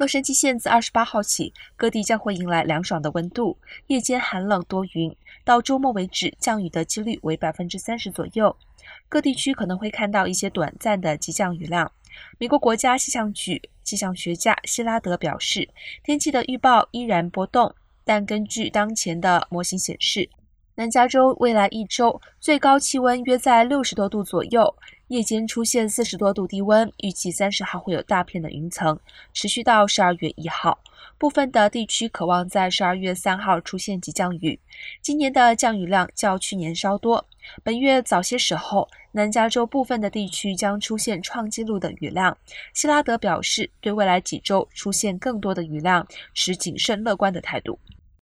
洛杉矶县自28号起，各地将会迎来凉爽的温度，夜间寒冷多云，到周末为止，降雨的几率为30%左右。各地区可能会看到一些短暂的急降雨量。美国国家气象局气象学家希拉德表示，天气的预报依然波动，但根据当前的模型显示，南加州未来一周最高气温约在60多度左右，夜间出现40多度低温，预计30号会有大片的云层，持续到12月1号。部分的地区可望在12月3号出现急降雨。今年的降雨量较去年稍多。本月早些时候，南加州部分的地区将出现创纪录的雨量。希拉德表示，对未来几周出现更多的雨量持谨慎乐观的态度。